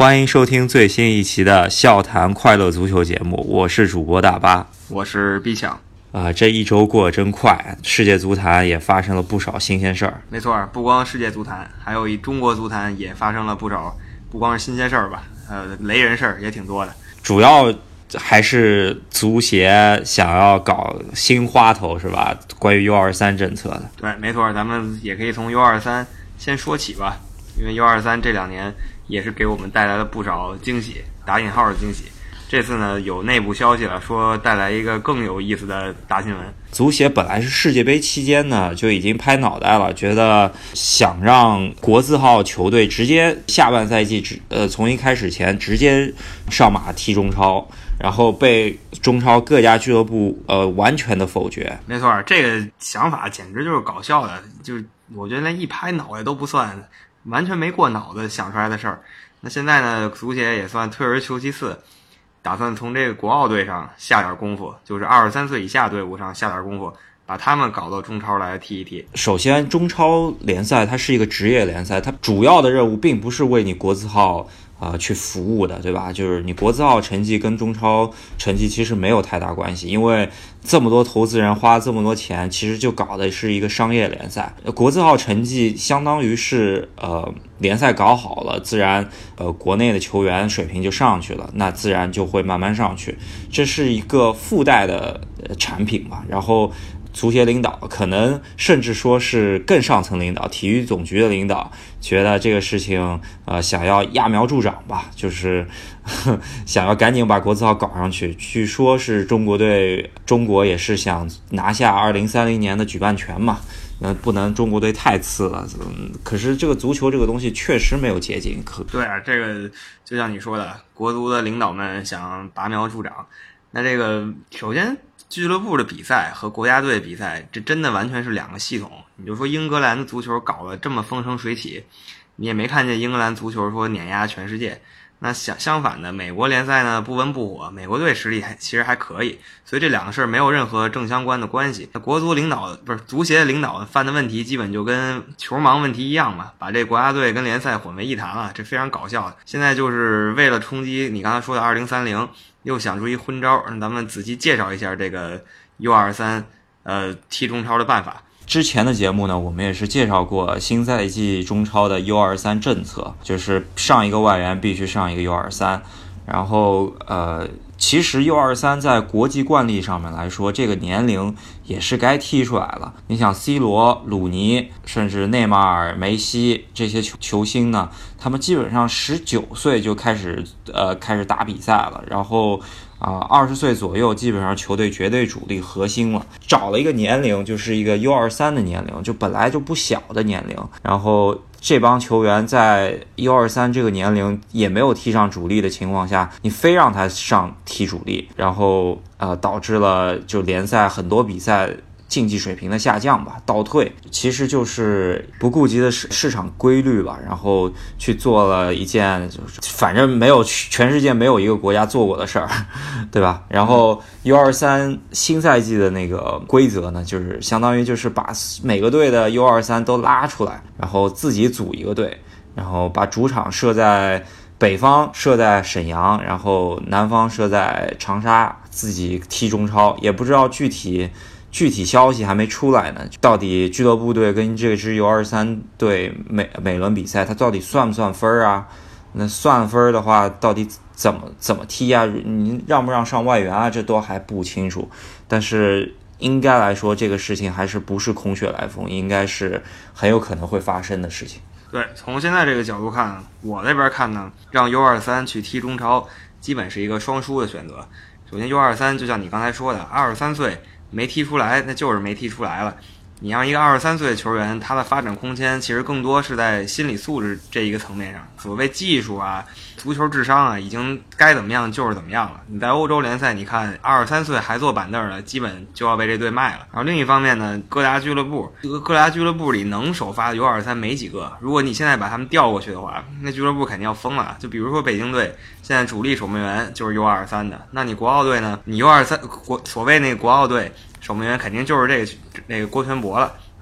欢迎收听最新一期的笑谈快乐足球节目，我是主播大巴， 我是 B 强。 这一周过得真快，世界足坛也发生了不少新鲜事儿。 没错，不光世界足坛，还有中国足坛也发生了不少，不光是新鲜事儿吧，雷人事儿也挺多的。 主要还是足协想要搞新花头是吧？关于 U23 政策的。 对，没错，咱们也可以从 U23 先说起吧，因为 U23 这2年也是给我们带来了不少惊喜，打引号的惊喜。这次呢，有内部消息了，说带来一个更有意思的大新闻。 足协本来是世界杯期间呢就已经拍脑袋了，觉得想让国字号球队直接下半赛季从一开始前直接上马踢中超，然后被中超各家俱乐部完全的否决。 没错，这个想法简直就是搞笑的，就是我觉得连一拍脑袋都不算，完全没过脑子想出来的事儿。那现在呢，足协也算退而求其次，打算从这个国奥队上下点功夫，就是23岁以下队伍上下点功夫，把他们搞到中超来踢一踢。 首先，中超联赛它是一个职业联赛，它主要的任务并不是为你国字号去服务的，对吧？就是你国字号成绩跟中超成绩其实没有太大关系，因为这么多投资人花这么多钱，其实就搞的是一个商业联赛。国字号成绩相当于是联赛搞好了，自然国内的球员水平就上去了，那自然就会慢慢上去，这是一个附带的产品嘛。然后足协领导可能甚至说是更上层领导，体育总局的领导觉得这个事情想要揠苗助长吧，就是想要赶紧把国字号搞上去。据说是中国也是想拿下2030年的举办权嘛，不能中国队太次了。可是这个足球这个东西确实没有捷径。 对啊，这个就像你说的，国足的领导们想拔苗助长。那这个首先俱乐部的比赛和国家队比赛，这真的完全是两个系统。你就说英格兰的足球搞得这么风生水起，你也没看见英格兰足球说碾压全世界。那相反的，美国联赛呢不温不火，美国队实力其实还可以，所以这两个事儿没有任何正相关的关系。那国足领导不是足协领导犯的问题，基本就跟球盲问题一样嘛，把这国家队跟联赛混为一谈了，这非常搞笑的。现在就是为了冲击你刚才说的2030，又想出一昏招，让咱们仔细介绍一下这个 U23 踢中超的办法。 之前的节目呢，我们也是介绍过新赛季中超的 U23 政策，就是上一个外援必须上一个 U23， 然后其实 U23 在国际惯例上面来说，这个年龄也是该踢出来了。你想 C 罗、鲁尼，甚至内马尔、梅西这些球星呢，他们基本上19岁就开始打比赛了，然后20岁左右基本上球队绝对主力核心了，找了一个年龄就是一个 U23 的年龄，就本来就不小的年龄，然后这帮球员在 U23 这个年龄也没有踢上主力的情况下，你非让他上踢主力，然后导致了就联赛很多比赛竞技水平的下降吧，倒退，其实就是不顾及的市场规律吧，然后去做了一件就是反正没有全世界没有一个国家做过的事儿，对吧？然后 U23 新赛季的那个规则呢，就是相当于就是把每个队的 U23 都拉出来，然后自己组一个队，然后把主场设在北方设在沈阳，然后南方设在长沙，自己踢中超，也不知道具体消息还没出来呢，到底俱乐部队跟这支 U23 队每轮比赛它到底算不算分啊？那算分的话，到底怎么踢啊？你让不让上外援啊？这都还不清楚。但是应该来说，这个事情还是不是空穴来风，应该是很有可能会发生的事情。 对，从现在这个角度看，我那边看呢，让 U23 去踢中超，基本是一个双输的选择。首先 U23 就像你刚才说的，23岁没踢出来，那就是没踢出来了。你让一个23岁的球员，他的发展空间其实更多是在心理素质这一个层面上。所谓技术啊、足球智商啊，已经该怎么样就是怎么样了。你在欧洲联赛，你看23岁还坐板凳的，基本就要被这队卖了。然后另一方面呢，各大俱乐部里能首发的 U23没几个。如果你现在把他们调过去的话，那俱乐部肯定要疯了。就比如说北京队，现在主力守门员就是 U23 的，那你国奥队呢？你 U23 所谓那个国奥队守门员肯定就是这个郭全博了。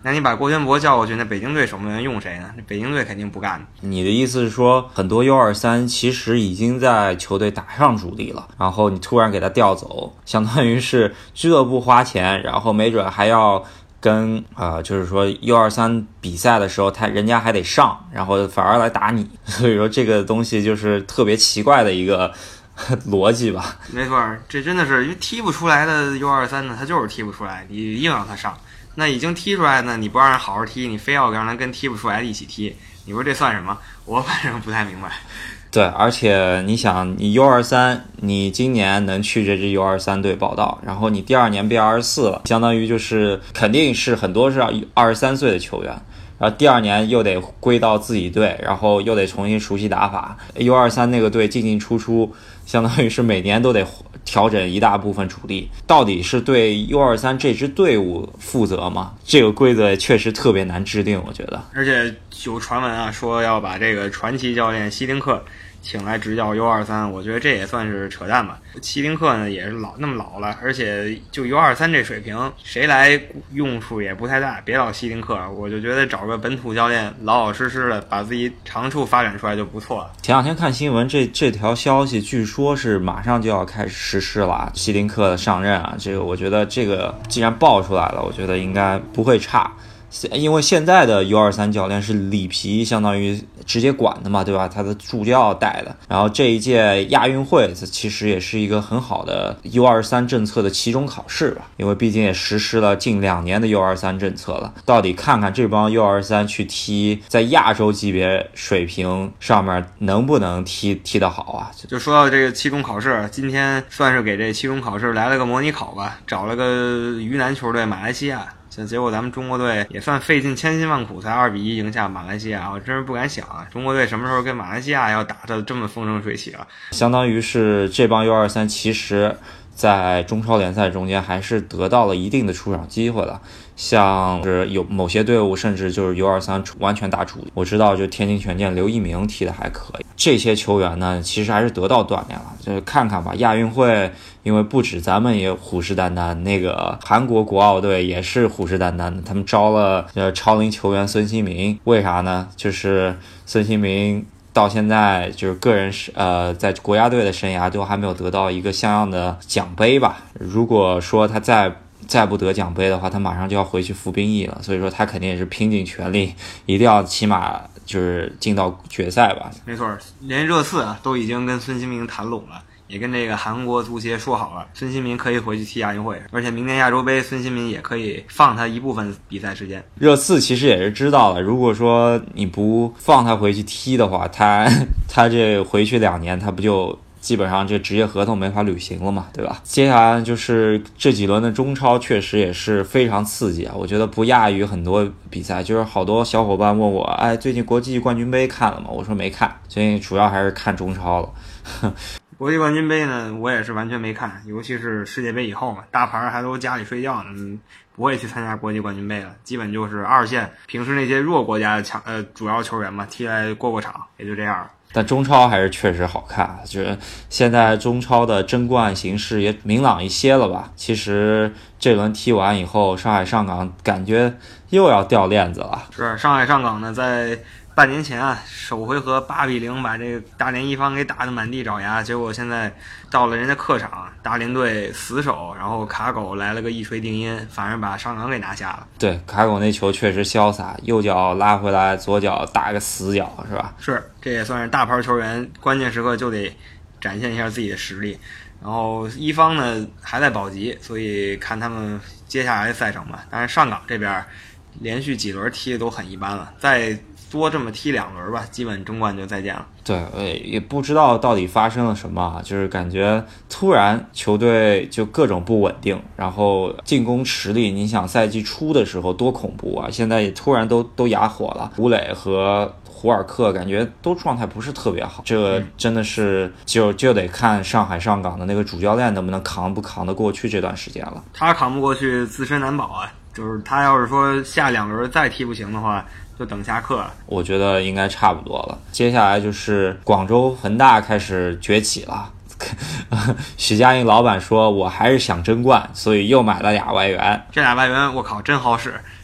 那你把郭全博叫过去，那北京队守门员用谁呢？那北京队肯定不干。 你的意思是说，很多 U23其实已经在球队打上主力了，然后你突然给他调走，相当于是俱乐部花钱，然后没准还要跟就是说 U23比赛的时候，人家还得上，然后反而来打你，所以说这个东西就是特别奇怪的一个逻辑吧。 没错，这真的是因为踢不出来的 U23呢，他就是踢不出来，你硬让他上。那已经踢出来呢，你不让人好好踢，你非要让他跟踢不出来的一起踢，你说这算什么？我反正不太明白。 对，而且你想，你 U23，你今年能去这支 U23队报道，然后你第2年变24了，相当于就是肯定是很多是23岁的球员，然后第2年又得归到自己队，然后又得重新熟悉打法。U23那个队进进出出，相当于是每年都得调整一大部分主力，到底是对 U23这支队伍负责吗？这个规则确实特别难制定，我觉得。 而且有传闻啊，说要把这个传奇教练希丁克请来执教 U23， 我觉得这也算是扯淡吧。希丁克呢也是那么老了，而且就 U23这水平，谁来用处也不太大。别老希丁克，我就觉得找个本土教练，老老实实的把自己长处发展出来就不错了。 前2天看新闻，这条消息据说是马上就要开始实施了，希丁克的上任啊，这个我觉得这个既然爆出来了，我觉得应该不会差。因为现在的 U23 教练是里皮相当于直接管的嘛，对吧？他的助教带的。然后这一届亚运会其实也是一个很好的 U23 政策的期中考试吧，因为毕竟也实施了近2年的 U23 政策了。到底看看这帮 U23 去踢在亚洲级别水平上面能不能踢得好啊？ 就说到这个期中考试，今天算是给这期中考试来了个模拟考吧，找了个鱼腩球队马来西亚。结果咱们中国队也算费尽千辛万苦才2-1赢下马来西亚，我真是不敢想啊！中国队什么时候跟马来西亚要打得这么风生水起了？ 相当于是这帮 U23 其实在中超联赛中间还是得到了一定的出场机会了，像是有某些队伍甚至就是 U23 完全打主力，我知道就天津权健刘一鸣踢得还可以，这些球员呢其实还是得到锻炼了。就是看看吧，亚运会因为不止咱们也虎视眈眈，那个韩国国奥队也是虎视眈眈的，他们招了超龄球员孙兴民，为啥呢？就是孙兴民到现在就是个人在国家队的生涯都还没有得到一个像样的奖杯吧。如果说他再不得奖杯的话，他马上就要回去服兵役了，所以说他肯定也是拼尽全力，一定要起码就是进到决赛吧。 没错，连热刺都已经跟孙兴民谈拢了，也跟这个韩国足协说好了，孙兴民可以回去踢亚运会，而且明年亚洲杯孙兴民也可以放他一部分比赛时间。 热刺其实也是知道了，如果说你不放他回去踢的话，他这回去2年，他不就基本上这职业合同没法履行了嘛，对吧？接下来就是这几轮的中超确实也是非常刺激啊，我觉得不亚于很多比赛。就是好多小伙伴问我，哎，最近国际冠军杯看了吗？我说没看，最近主要还是看中超了。 国际冠军杯呢，我也是完全没看，尤其是世界杯以后嘛，大牌还都家里睡觉呢，不会去参加国际冠军杯了，基本就是2线，平时那些弱国家的主要球员嘛，踢来过场，也就这样了。 但中超还是确实好看，就是现在中超的争冠形势也明朗一些了吧。其实这轮踢完以后，上海上港感觉又要掉链子了。 是上海上港呢，在半年前啊，首回合8-0把这个大连一方给打得满地找牙，结果现在到了人家客场，大连队死守，然后卡狗来了个一锤定音，反而把上港给拿下了。 对，卡狗那球确实潇洒，右脚拉回来，左脚打个死角，是吧？ 是，这也算是大牌球员关键时刻就得展现一下自己的实力。然后一方呢还在保级，所以看他们接下来的赛程吧。但是上港这边连续几轮踢的都很一般了，再多这么踢2轮吧，基本争冠就再见了。 对，也不知道到底发生了什么，就是感觉突然球队就各种不稳定，然后进攻实力，你想赛季初的时候多恐怖啊，现在也突然都哑火了。吴磊和胡尔克感觉都状态不是特别好，这个真的是就得看上海上港的那个主教练能不能扛得过去这段时间了。 他扛不过去，自身难保啊。就是他要是说下2轮再踢不行的话，就等下课了。 我觉得应该差不多了。接下来就是广州恒大开始崛起了。许家印老板说，我还是想争冠，所以又买了2外援。 这2外援我靠真好使，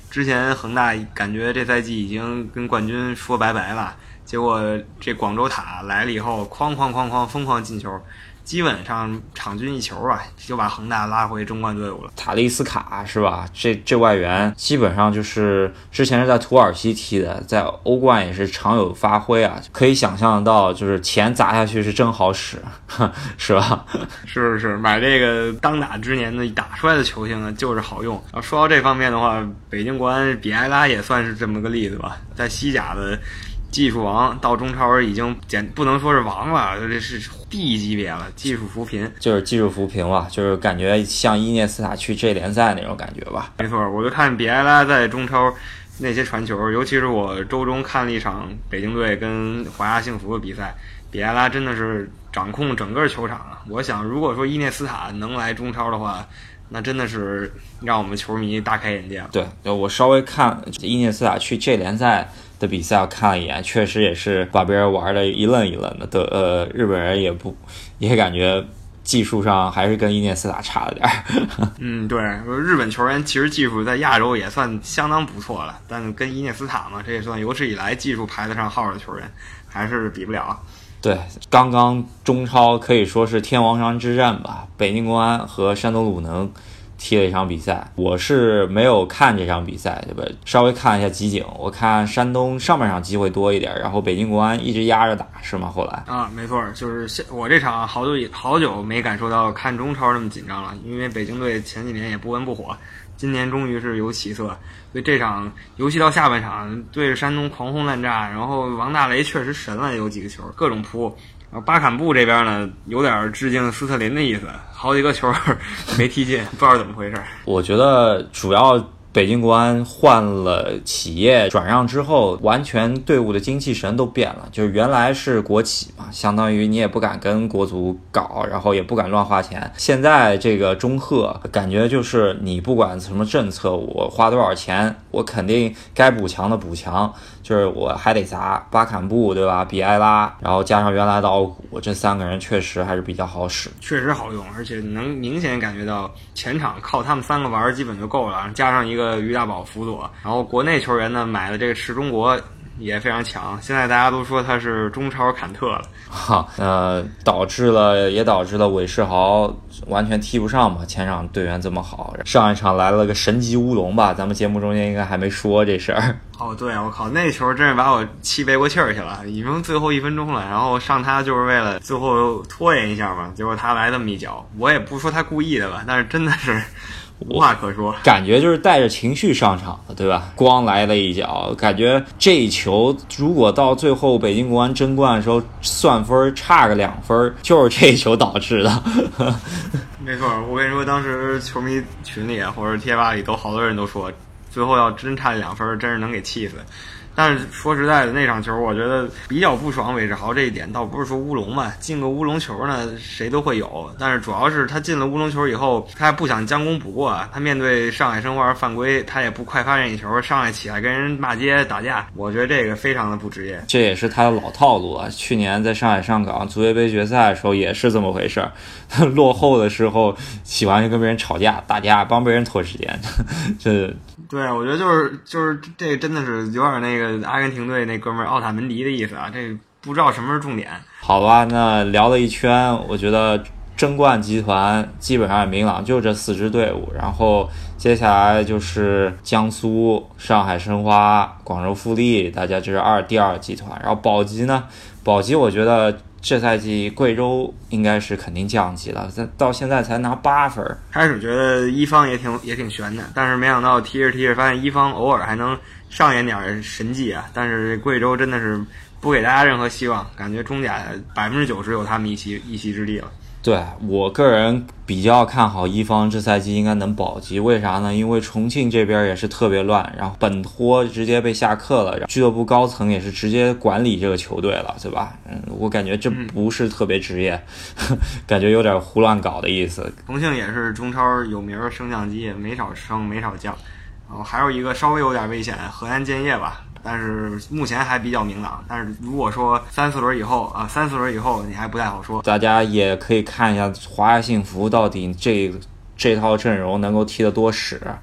之前恒大感觉这赛季已经跟冠军说拜拜了，结果这广州塔来了以后，哐哐哐哐疯狂进球，基本上场均一球吧，就把恒大拉回争冠队伍了。 塔利斯卡是吧？这外援基本上就是之前是在土耳其踢的，在欧冠也是常有发挥啊，可以想象到就是钱砸下去是真好使，是吧？ 是，买这个当打之年的打出来的球星呢，就是好用。然后说到这方面的话，北京国安比埃拉也算是这么个例子吧，在西甲的技术王到中超已经不能说是王了，这是D 级别了，技术扶贫， 就是技术扶贫吧，就是感觉像伊涅斯塔去 J 联赛那种感觉吧。 没错，我就看比埃拉在中超那些传球，尤其是我周中看了一场北京队跟华夏幸福的比赛，比埃拉真的是掌控整个球场啊！我想，如果说伊涅斯塔能来中超的话，那真的是让我们球迷大开眼界了。 对，我稍微看伊涅斯塔去 J 联赛的比赛，我看了一眼，确实也是把别人玩的一愣一愣的。日本人也感觉技术上还是跟伊涅斯塔差了点儿。 对，日本球员其实技术在亚洲也算相当不错了，但跟伊涅斯塔嘛，这也算有史以来技术排得上号的球员，还是比不了。 对，刚刚中超可以说是天王山之战吧，北京国安和山东鲁能踢了一场比赛，我是没有看这场比赛，对吧？稍微看一下集锦，我看山东上半场机会多一点，然后北京国安一直压着打，是吗？后来啊，没错，就是我这场好久没感受到看中超那么紧张了，因为北京队前几年也不温不火，今年终于是有起色，所以这场尤其到下半场对着山东狂轰滥炸，然后王大雷确实神了，有几个球各种扑。然后巴坎布这边呢，有点致敬斯特林的意思，好几个球没踢进，不知道怎么回事。 我觉得主要北京国安换了企业转让之后，完全队伍的精气神都变了。就是原来是国企嘛，相当于你也不敢跟国足搞，然后也不敢乱花钱。现在这个中赫感觉就是你不管什么政策，我花多少钱，我肯定该补强的补强，就是我还得砸巴坎布，对吧？比埃拉，然后加上原来的奥古，这三个人确实还是比较好使， 确实好用，而且能明显感觉到前场靠他们三个玩基本就够了，加上一个于大宝辅佐，然后国内球员呢买的这个池中国也非常强，现在大家都说他是中超坎特了。 导致了韦世豪完全踢不上嘛，前场队员这么好，上一场来了个神级乌龙吧，咱们节目中间应该还没说这事儿。 哦，对，我靠，那球真是把我气背过气儿去了，已经最后1分钟了，然后上他就是为了最后拖延一下嘛，结果他来这么一脚，我也不说他故意的吧，但是真的是无话可说， 感觉就是带着情绪上场的，对吧？光来了一脚，感觉这一球如果到最后北京国安争冠的时候算分差个2分，就是这一球导致的。 没错，我跟你说，当时球迷群里或者贴吧里都好多人都说，最后要真差2分，真是能给气死。但是说实在的，那场球我觉得比较不爽韦世豪这一点，倒不是说乌龙嘛，进个乌龙球呢谁都会有，但是主要是他进了乌龙球以后，他不想将功补过啊，他面对上海申花犯规，他也不快发任意球，上来起来跟人骂街打架，我觉得这个非常的不职业。 这也是他的老套路啊，去年在上海上港足协杯决赛的时候也是这么回事儿，落后的时候喜欢跟别人吵架打架，帮别人拖时间，这。 对，我觉得就是这真的是有点那个阿根廷队那哥们儿奥塔门迪的意思啊，这不知道什么是重点。 好吧，那聊了一圈，我觉得争冠集团基本上也明朗，就这4支队伍，然后接下来就是江苏、上海申花、广州富力，大家这是第二集团。然后保级呢，保级我觉得这赛季贵州应该是肯定降级了，到现在才拿8分。 开始觉得一方也挺悬的，但是没想到踢着发现一方偶尔还能上演点神迹啊！但是贵州真的是不给大家任何希望，感觉中甲90%有他们一席之地了。 对，我个人比较看好一方这赛季应该能保级，为啥呢？因为重庆这边也是特别乱，然后本托直接被下课了，俱乐部高层也是直接管理这个球队了，对吧？我感觉这不是特别职业，感觉有点胡乱搞的意思。 重庆也是中超有名升降机，没少升没少降，然后还有一个稍微有点危险，河南建业吧。但是目前还比较明朗，但是如果说3、4轮以后你还不太好说。 大家也可以看一下华夏幸福到底这套阵容能够踢得多屎，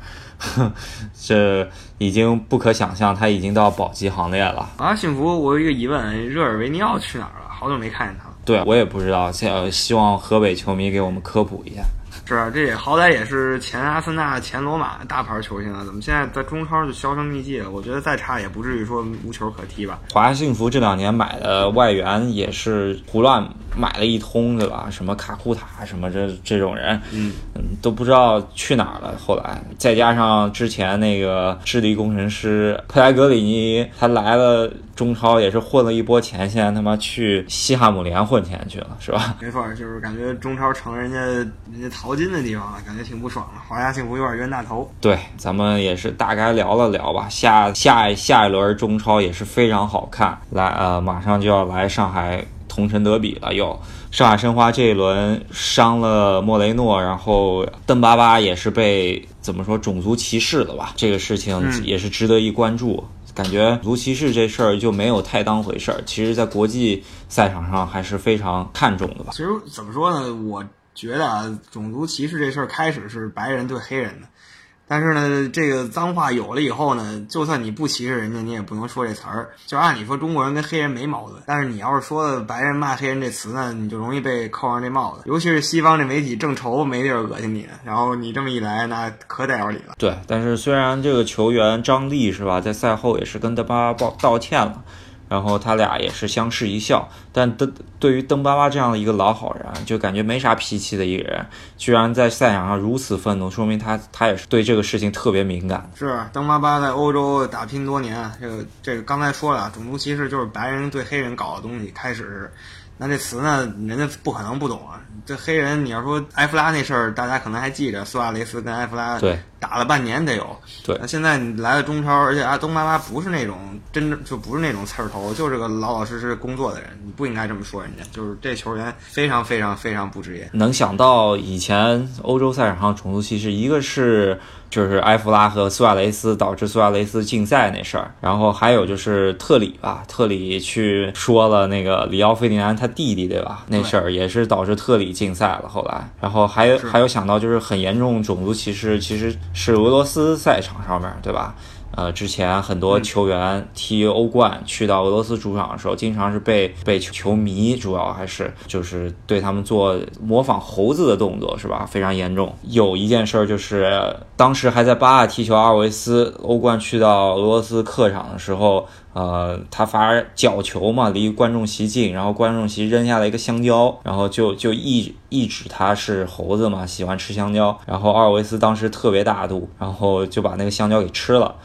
这已经不可想象，他已经到保级行列了。 幸福，我有一个疑问，热尔维尼奥去哪儿了？好久没看见他了。 对，我也不知道，希望河北球迷给我们科普一下。 是啊，这也好歹也是前阿森纳、前罗马大牌球星啊，怎么现在在中超就销声匿迹了？我觉得再差也不至于说无球可踢吧。 华夏幸福这2年买的外援也是胡乱买了一通，对吧？什么卡库塔什么这种人，都不知道去哪儿了。后来再加上之前那个智力工程师佩莱格里尼，他来了中超也是混了一波钱，现在他妈去西汉姆联混钱去了，是吧？ 没错，就是感觉中超成人家淘金的地方了，感觉挺不爽的。华夏幸福有点冤大头。 对，咱们也是大概聊了聊吧。下一轮中超也是非常好看，马上就要来上海同城德比了。上海申花这一轮伤了莫雷诺，然后邓巴巴也是被怎么说种族歧视了吧？这个事情也是值得一关注。感觉种族歧视这事儿就没有太当回事儿，其实在国际赛场上还是非常看重的吧。 其实怎么说呢，我觉得种族歧视这事儿开始是白人对黑人的，但是呢，这个脏话有了以后呢，就算你不歧视人家，你也不能说这词儿。就按理说中国人跟黑人没矛盾，但是你要是说白人骂黑人这词呢，你就容易被扣上这帽子。尤其是西方这媒体正愁没地儿恶心你，然后你这么一来，那可得要理了。 对，但是虽然这个球员张力是吧，在赛后也是跟邓巴巴道歉了。然后他俩也是相视一笑，但对于邓巴巴这样的一个老好人，就感觉没啥脾气的一个人，居然在赛场上如此愤怒，说明他也是对这个事情特别敏感。 是邓巴巴在欧洲打拼多年，这个刚才说了，种族歧视就是白人对黑人搞的东西，开始是。那这词呢，人家不可能不懂啊。这黑人，你要说埃弗拉那事儿，大家可能还记着，苏亚雷斯跟埃弗拉打了半年得有。 对， 那现在你来了中超，而且东巴巴不是那种真正就不是那种刺儿头，就是个老老实实工作的人，你不应该这么说人家。就是这球员非常非常非常不职业。 能想到以前欧洲赛场上种族歧视，一个是就是埃弗拉和苏亚雷斯导致苏亚雷斯禁赛那事儿，然后还有就是特里吧，特里去说了那个里奥费迪南他弟弟对吧？那事儿也是导致特里禁赛了后来，然后还有想到就是很严重种族歧视，其实是俄罗斯赛场上面对吧？之前很多球员踢欧冠去到俄罗斯主场的时候，经常是被球迷主要还是就是对他们做模仿猴子的动作是吧？非常严重。有一件事就是当时还在巴萨踢球，阿尔维斯欧冠去到俄罗斯客场的时候，他罚角球嘛，离观众席近，然后观众席扔下了一个香蕉，然后就意指他是猴子嘛，喜欢吃香蕉，然后阿尔维斯当时特别大度，然后就把那个香蕉给吃了。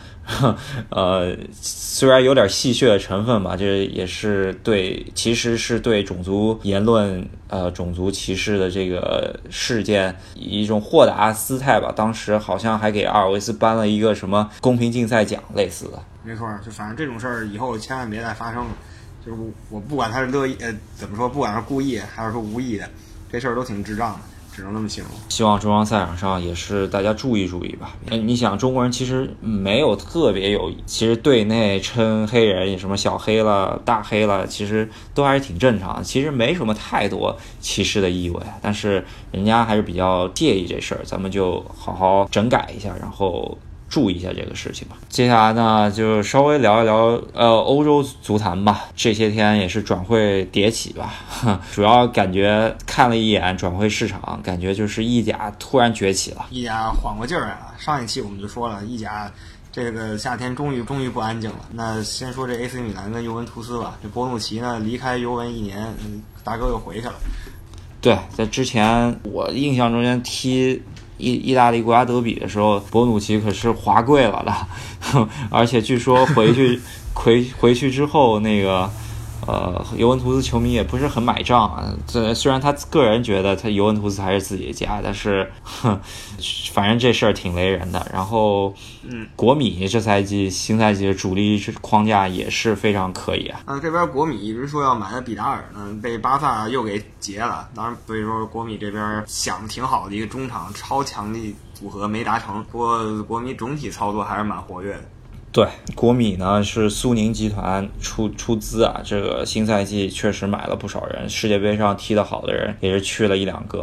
虽然有点戏谑的成分吧，这也是其实是对种族言论种族歧视的这个事件以一种豁达姿态吧，当时好像还给阿尔维斯颁了一个什么公平竞赛奖类似的。 没错，就反正这种事儿以后千万别再发生了。就是我不管他是乐意怎么说，不管是故意还是说无意的，这事儿都挺智障的。只能这么形容。希望中超赛场上也是大家注意注意吧。你想中国人其实没有特别其实队内称黑人什么小黑了大黑了，其实都还是挺正常的，其实没什么太多歧视的意味，但是人家还是比较介意这事儿，咱们就好好整改一下，然后注意一下这个事情吧。接下来呢，就稍微聊一聊欧洲足坛吧。这些天也是转会迭起吧，主要感觉看了一眼转会市场，感觉就是意甲突然崛起了。 意甲缓过劲儿来了。上一期我们就说了，意甲这个夏天终于不安静了。那先说这 AC 米兰跟尤文图斯吧。这博努奇呢离开尤文1年，大哥又回去了。 对，在之前我印象中间踢意大利国家德比的时候，博努奇可是华贵了的，而且据说回去之后，那个尤文图斯球迷也不是很买账啊。虽然他个人觉得他尤文图斯还是自己的家，但是反正这事儿挺雷人的。然后国米这赛季新赛季的主力框架也是非常可以啊。 这边国米一直说要买的比达尔呢，被巴萨又给截了。当然，所以说国米这边想挺好的一个中场超强力组合没达成。不过国米总体操作还是蛮活跃的。 对，国米呢是苏宁集团出资啊，这个新赛季确实买了不少人，世界杯上踢得好的人也是去了1-2个。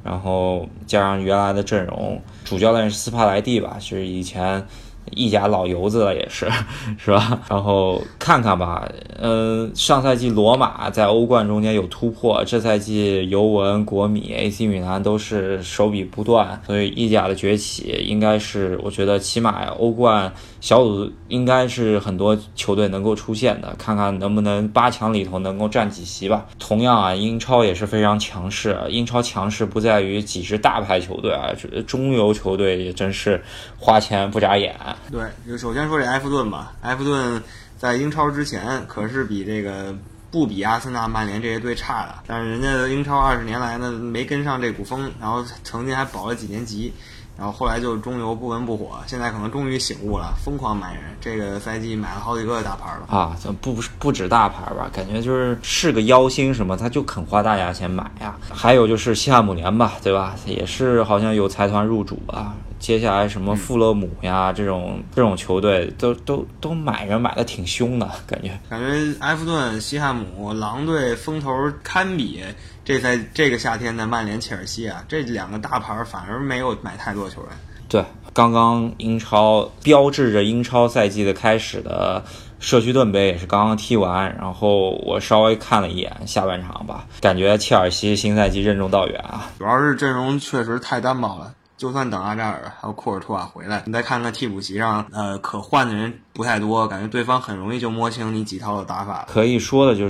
然后加上原来的阵容，主教练是斯帕莱蒂吧，是以前意甲老油子了也是吧？然后看看吧，上赛季罗马在欧冠中间有突破，这赛季尤文、国米、AC 米兰都是手笔不断，所以意甲的崛起应该是，我觉得起码欧冠小组应该是很多球队能够出现的，看看能不能8强里头能够占几席吧。同样啊，英超也是非常强势，英超强势不在于几支大牌球队啊，中游球队也真是花钱不眨眼。 对，就首先说这埃弗顿吧，埃弗顿在英超之前可是不比阿森纳、曼联这些队差的，但是人家英超20年来呢没跟上这股风，然后曾经还保了几年级，然后后来就中游不温不火，现在可能终于醒悟了，疯狂买人，这个赛季买了好几个大牌了啊，不止大牌吧，感觉是个妖星什么，他就肯花大价钱买呀。还有就是西汉姆联吧，对吧？也是好像有财团入主啊。接下来什么富勒姆呀，这种球队都买人买的挺凶的感觉埃弗顿、西汉姆、狼队风头堪比这个夏天的曼联、切尔西啊，这2个大牌反而没有买太多球员。 对，刚刚英超标志着英超赛季的开始的社区盾杯也是刚刚踢完，然后我稍微看了一眼下半场吧，感觉切尔西新赛季任重道远啊， 主要是阵容确实太单薄了。就算等阿扎尔还有库尔图瓦回来，你再看看替补席上，可换的人不太多，感觉对方很容易就摸清你几套的打法。 可以说的就是，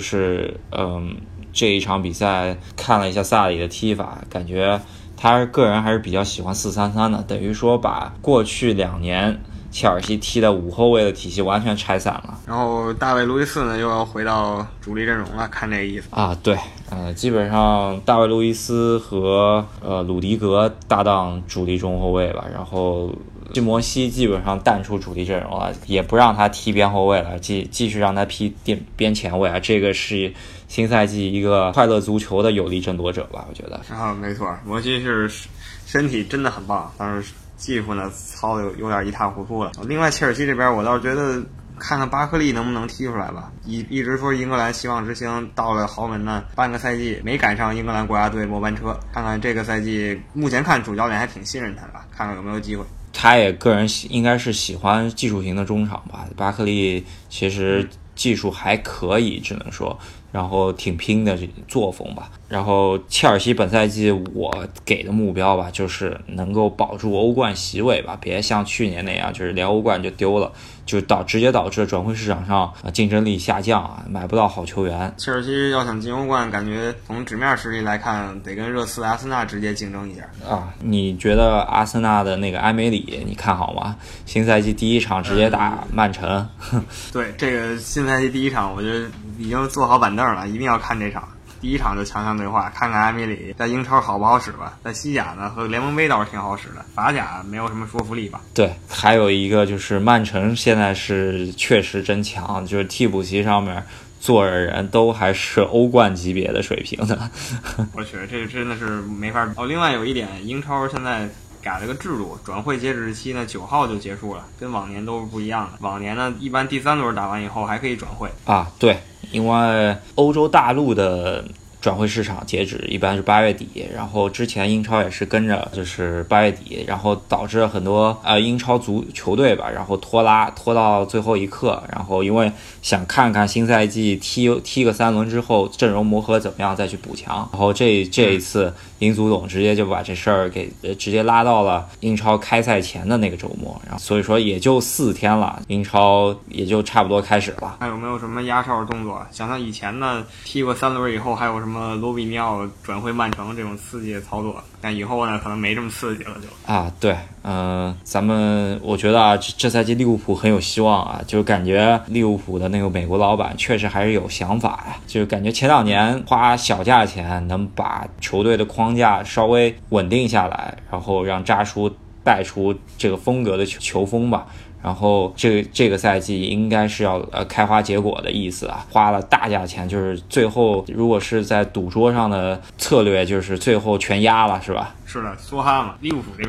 这一场比赛看了一下萨里的踢法，感觉他个人还是比较喜欢4-3-3的，等于说把过去2年切尔西踢的5后卫的体系完全拆散了。 然后大卫·路易斯呢又要回到主力阵容了，看这个意思啊，对，基本上大卫·路易斯和鲁迪格搭档主力中后卫吧，然后基摩西基本上淡出主力阵容了，也不让他踢边后卫了，继续让他踢边前卫啊，这个是新赛季一个快乐足球的有力争夺者吧，我觉得。 啊，没错，摩西是身体真的很棒，但是技术呢操的有点一塌糊涂了。另外切尔西这边我倒是觉得看看巴克利能不能踢出来吧，一直说英格兰希望之星到了豪门呢，半个赛季没赶上英格兰国家队末班车，看看这个赛季目前看主教练还挺信任他的，看看有没有机会。 他也个人应该是喜欢技术型的中场吧，巴克利其实技术还可以，只能说，然后挺拼的作风吧。然后切尔西本赛季我给的目标吧，就是能够保住欧冠席位吧，别像去年那样，就是连欧冠就丢了，就直接导致转会市场上竞争力下降啊，买不到好球员。 切尔西要想进欧冠，感觉从纸面实力来看，得跟热刺、阿森纳直接竞争一下啊。你觉得阿森纳的那个埃梅里你看好吗？新赛季第1场直接打曼城。 对，这个新赛季第1场，我觉得已经坐好板凳了，一定要看这场。第1场就强强对话，看看埃梅里在英超好不好使吧。在西甲呢和联盟杯倒是挺好使的，法甲没有什么说服力吧。 对，还有一个就是曼城现在是确实真强，就是替补席上面坐着人都还是欧冠级别的水平的。 我去，这真的是没法。另外有一点，英超现在改了个制度，转会截止日期呢9号就结束了，跟往年都是不一样的。往年呢一般第3轮打完以后还可以转会啊，对，因为欧洲大陆的转会市场截止一般是8月底，然后之前英超也是跟着就是8月底，然后导致很多英超球队吧，然后拖到最后一刻，然后因为想看看新赛季踢个3轮之后阵容磨合怎么样再去补强，然后这一次英足总直接就把这事儿给直接拉到了英超开赛前的那个周末，然后所以说也就4天了，英超也就差不多开始了。 还有没有什么压哨动作？想想以前呢，踢过3轮以后还有什么罗比尼奥转会曼城这种刺激的操作，但以后呢可能没这么刺激了就。 啊，对，我觉得啊，这赛季利物浦很有希望啊，就是感觉利物浦的那个美国老板确实还是有想法呀，就是感觉前2年花小价钱能把球队的框架稍微稳定下来，然后让扎叔带出这个风格的球风吧。然后这个赛季应该是要开花结果的意思啊，花了大价钱，就是最后如果是在赌桌上的策略，就是最后全压了，是吧？ 是的，梭哈嘛，利物浦这边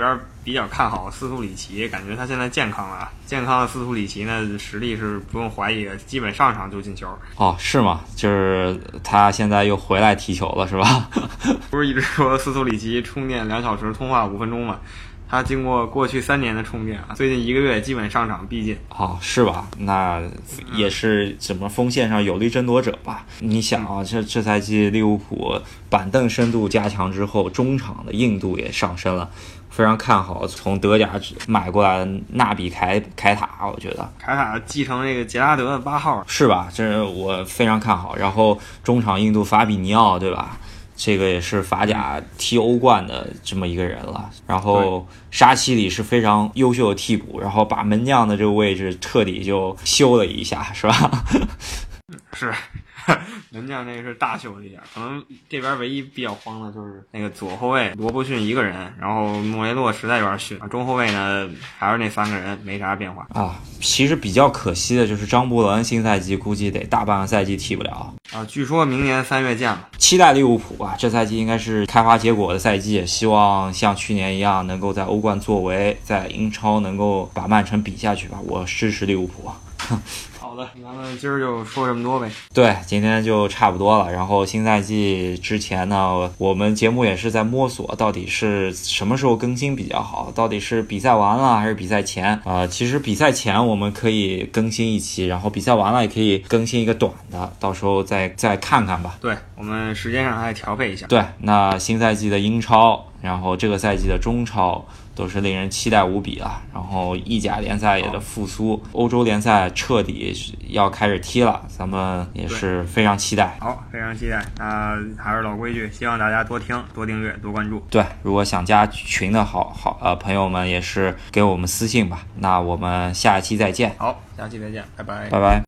比较看好斯图里奇，感觉他现在健康了，健康的斯图里奇呢，实力是不用怀疑的，基本上场就进球。 哦，是吗？就是他现在又回来踢球了，是吧？ 不是一直说斯图里奇充电2小时，通话5分钟吗？他经过过去3年的充电啊，最近1个月基本上场必进。 哦，是吧？那也是怎么锋线上有力争夺者吧？你想啊，这赛季利物浦板凳深度加强之后，中场的硬度也上升了，非常看好从德甲买过来的纳比凯塔，我觉得凯塔继承这个杰拉德的8号， 是吧？这我非常看好。然后中场硬度法比尼奥，对吧？这个也是法甲踢欧冠的这么一个人了，然后沙奇里是非常优秀的替补，然后把门将的这个位置彻底就修了一下，是吧？ 是门将那个是大修了一下，可能这边唯一比较慌的就是那个左后卫罗伯逊一个人，然后莫雷洛实在有点逊，中后卫呢还是那3个人，没啥变化啊。其实比较可惜的就是张伯伦新赛季估计得大半个赛季踢不了啊，据说明年3月见了。 期待利物浦吧，这赛季应该是开花结果的赛季，希望像去年一样能够在欧冠作为，在英超能够把曼城比下去吧，我支持利物浦。 好的，咱们今儿就说这么多呗。 对，今天就差不多了。然后新赛季之前呢，我们节目也是在摸索到底是什么时候更新比较好，到底是比赛完了还是比赛前。其实比赛前我们可以更新一期，然后比赛完了也可以更新一个短的，到时候再看看吧。 对，我们时间上还调配一下。 对，那新赛季的英超，然后这个赛季的中超都是令人期待无比了，然后意甲联赛也的复苏，欧洲联赛彻底要开始踢了，咱们也是非常期待。 好，非常期待。那还是老规矩，希望大家多听、多订阅、多关注。 对，如果想加群的朋友们也是给我们私信吧。那我们下一期再见。 好，下期再见，拜拜。 拜拜。